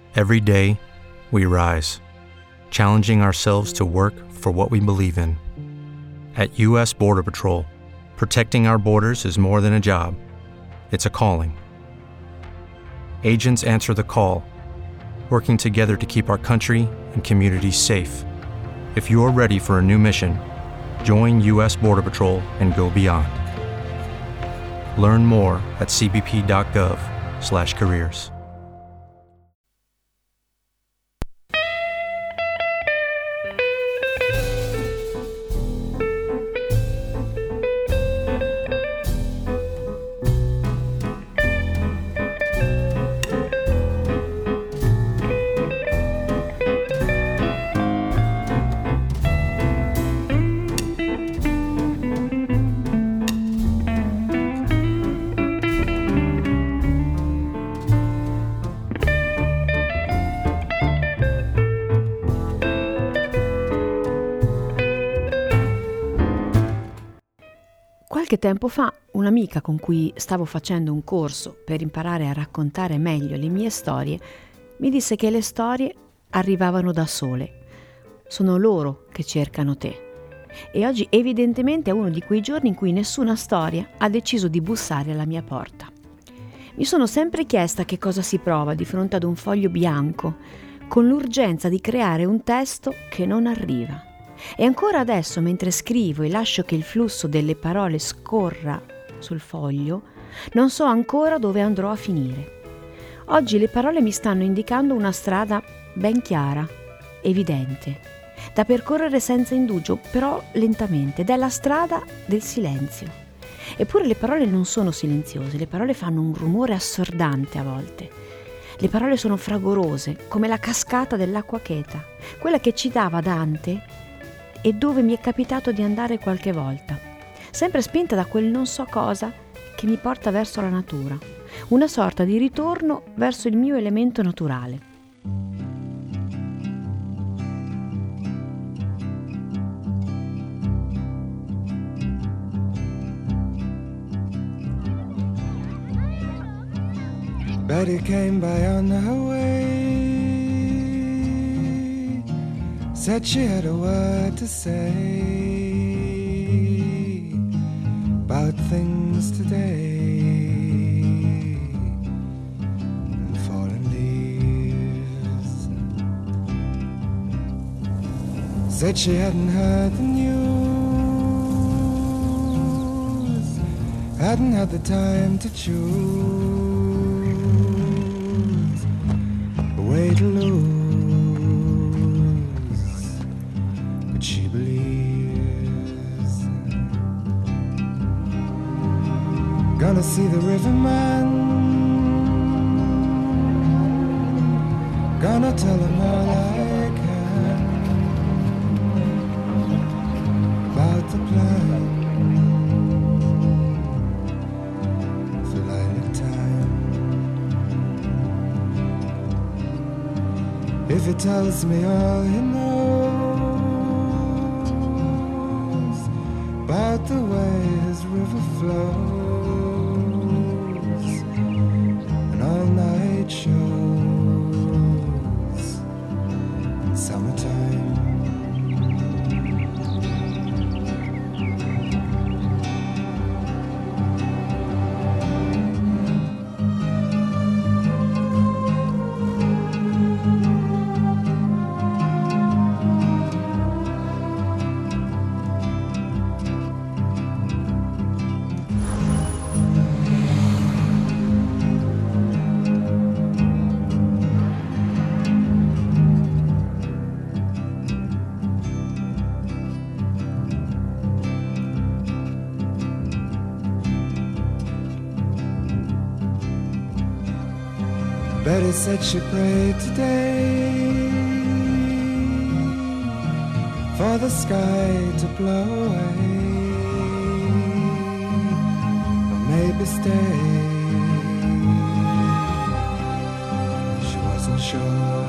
Every day, we rise, challenging ourselves to work for what we believe in. At U.S. Border Patrol, protecting our borders is more than a job. It's a calling. Agents answer the call, working together to keep our country and communities safe. If you are ready for a new mission, join U.S. Border Patrol and go beyond. Learn more at cbp.gov/careers. Qualche tempo fa un'amica con cui stavo facendo un corso per imparare a raccontare meglio le mie storie mi disse che le storie arrivavano da sole. Sono loro che cercano te. E oggi evidentemente è uno di quei giorni in cui nessuna storia ha deciso di bussare alla mia porta. Mi sono sempre chiesta che cosa si prova di fronte ad un foglio bianco, con l'urgenza di creare un testo che non arriva. E ancora adesso, mentre scrivo e lascio che il flusso delle parole scorra sul foglio, non so ancora dove andrò a finire. Oggi le parole mi stanno indicando una strada ben chiara, evidente, da percorrere senza indugio, però lentamente, ed è la strada del silenzio. Eppure le parole non sono silenziose, le parole fanno un rumore assordante a volte. Le parole sono fragorose, come la cascata dell'acqua cheta, quella che citava Dante e dove mi è capitato di andare qualche volta, sempre spinta da quel non so cosa che mi porta verso la natura, una sorta di ritorno verso il mio elemento naturale. Betty came by on her way, said she had a word to say about things today and fallen leaves. Said she hadn't heard the news, hadn't had the time to choose a way to lose. She believes. Gonna see the riverman, gonna tell him all I can about the plan for lilac time. If he tells me all he knows about the way his river flows, and all night shows in summertime. Betty said she prayed today for the sky to blow away, or maybe stay. She wasn't sure,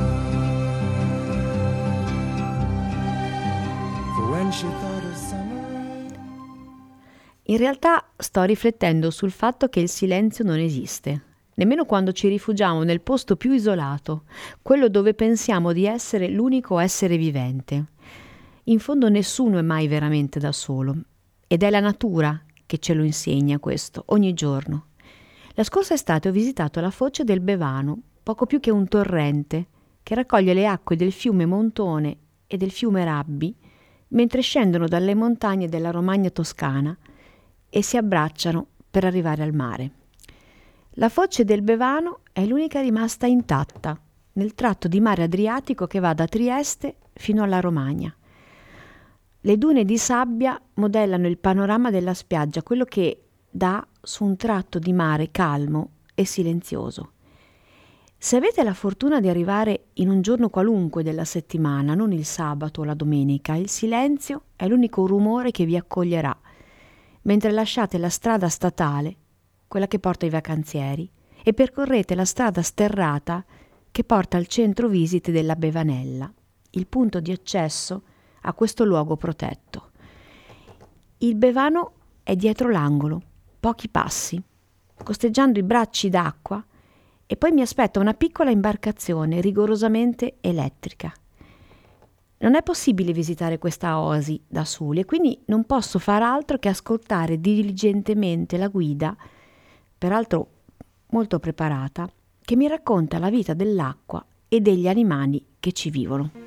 for when she thought of summer. In realtà sto riflettendo sul fatto che il silenzio non esiste. nemmeno quando ci rifugiamo nel posto più isolato, quello dove pensiamo di essere l'unico essere vivente. In fondo nessuno è mai veramente da solo, ed è la natura che ce lo insegna questo ogni giorno. La scorsa estate ho visitato la foce del Bevano, poco più che un torrente, che raccoglie le acque del fiume Montone e del fiume Rabbi, mentre scendono dalle montagne della Romagna toscana e si abbracciano per arrivare al mare. La foce del Bevano è l'unica rimasta intatta nel tratto di mare Adriatico che va da Trieste fino alla Romagna. Le dune di sabbia modellano il panorama della spiaggia, quello che dà su un tratto di mare calmo e silenzioso. Se avete la fortuna di arrivare in un giorno qualunque della settimana, non il sabato o la domenica, il silenzio è l'unico rumore che vi accoglierà, mentre lasciate la strada statale, quella che porta i vacanzieri, e percorrete la strada sterrata che porta al centro visite della Bevanella, il punto di accesso a questo luogo protetto. Il Bevano è dietro l'angolo, pochi passi, costeggiando i bracci d'acqua, e poi mi aspetta una piccola imbarcazione rigorosamente elettrica. Non è possibile visitare questa oasi da soli e quindi non posso far altro che ascoltare diligentemente la guida, peraltro molto preparata, che mi racconta la vita dell'acqua e degli animali che ci vivono.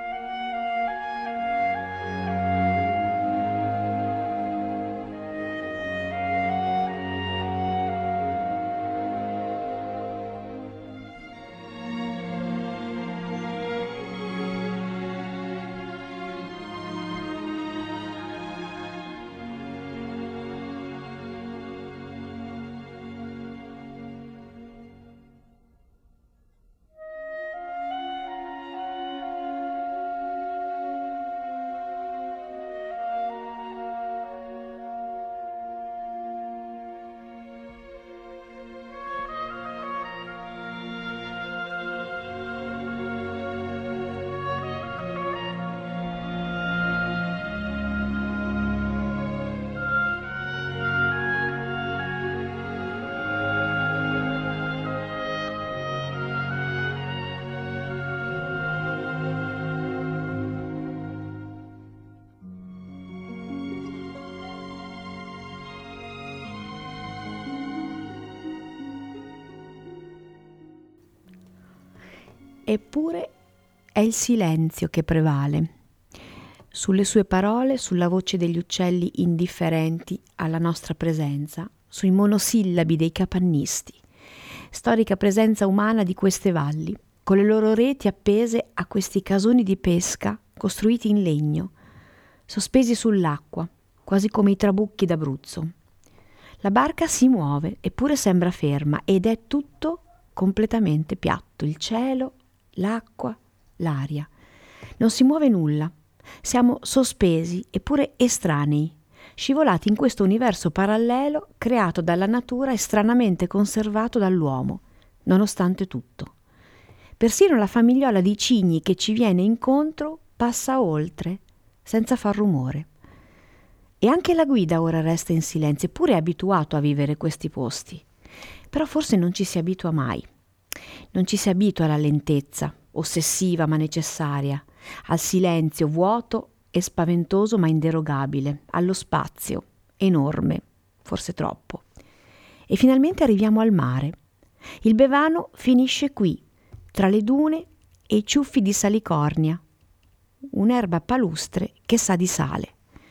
Eppure è il silenzio che prevale. Sulle sue parole, sulla voce degli uccelli indifferenti alla nostra presenza, sui monosillabi dei capannisti, storica presenza umana di queste valli, con le loro reti appese a questi casoni di pesca costruiti in legno, sospesi sull'acqua, quasi come i trabucchi d'Abruzzo. La barca si muove, eppure sembra ferma, ed è tutto completamente piatto, il cielo, l'acqua, l'aria. Non si muove nulla. Siamo sospesi, eppure estranei, scivolati in questo universo parallelo creato dalla natura e stranamente conservato dall'uomo, nonostante tutto. Persino la famigliola di cigni che ci viene incontro passa oltre, senza far rumore. E anche la guida ora resta in silenzio, eppure è abituato a vivere questi posti. Però forse non ci si abitua mai. Non ci si abitua alla lentezza, ossessiva ma necessaria, al silenzio vuoto e spaventoso ma inderogabile, allo spazio, enorme, forse troppo. E finalmente arriviamo al mare. Il Bevano finisce qui, tra le dune e i ciuffi di salicornia, un'erba palustre che sa di sale.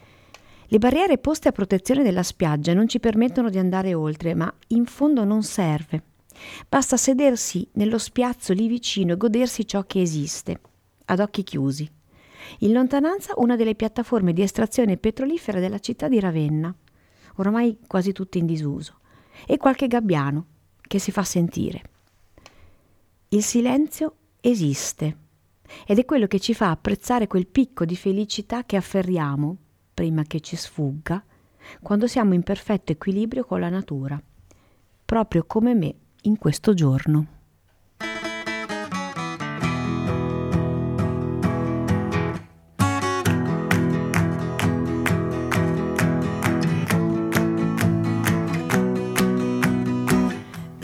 Le barriere poste a protezione della spiaggia non ci permettono di andare oltre, ma in fondo non serve. Basta sedersi nello spiazzo lì vicino e godersi ciò che esiste, ad occhi chiusi. In lontananza una delle piattaforme di estrazione petrolifera della città di Ravenna, oramai quasi tutte in disuso, e qualche gabbiano che si fa sentire. Il silenzio esiste ed è quello che ci fa apprezzare quel picco di felicità che afferriamo, prima che ci sfugga, quando siamo in perfetto equilibrio con la natura, proprio come me in questo giorno.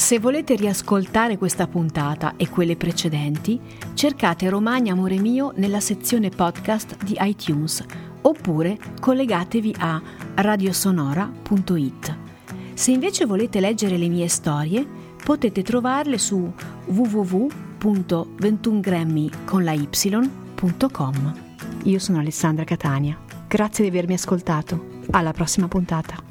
Se volete riascoltare questa puntata e quelle precedenti, cercate Romagna Amore Mio nella sezione podcast di iTunes oppure collegatevi a radiosonora.it. Se invece volete leggere le mie storie, potete trovarle su www.21grammy.com. Io sono Alessandra Catania. Grazie di avermi ascoltato. Alla prossima puntata.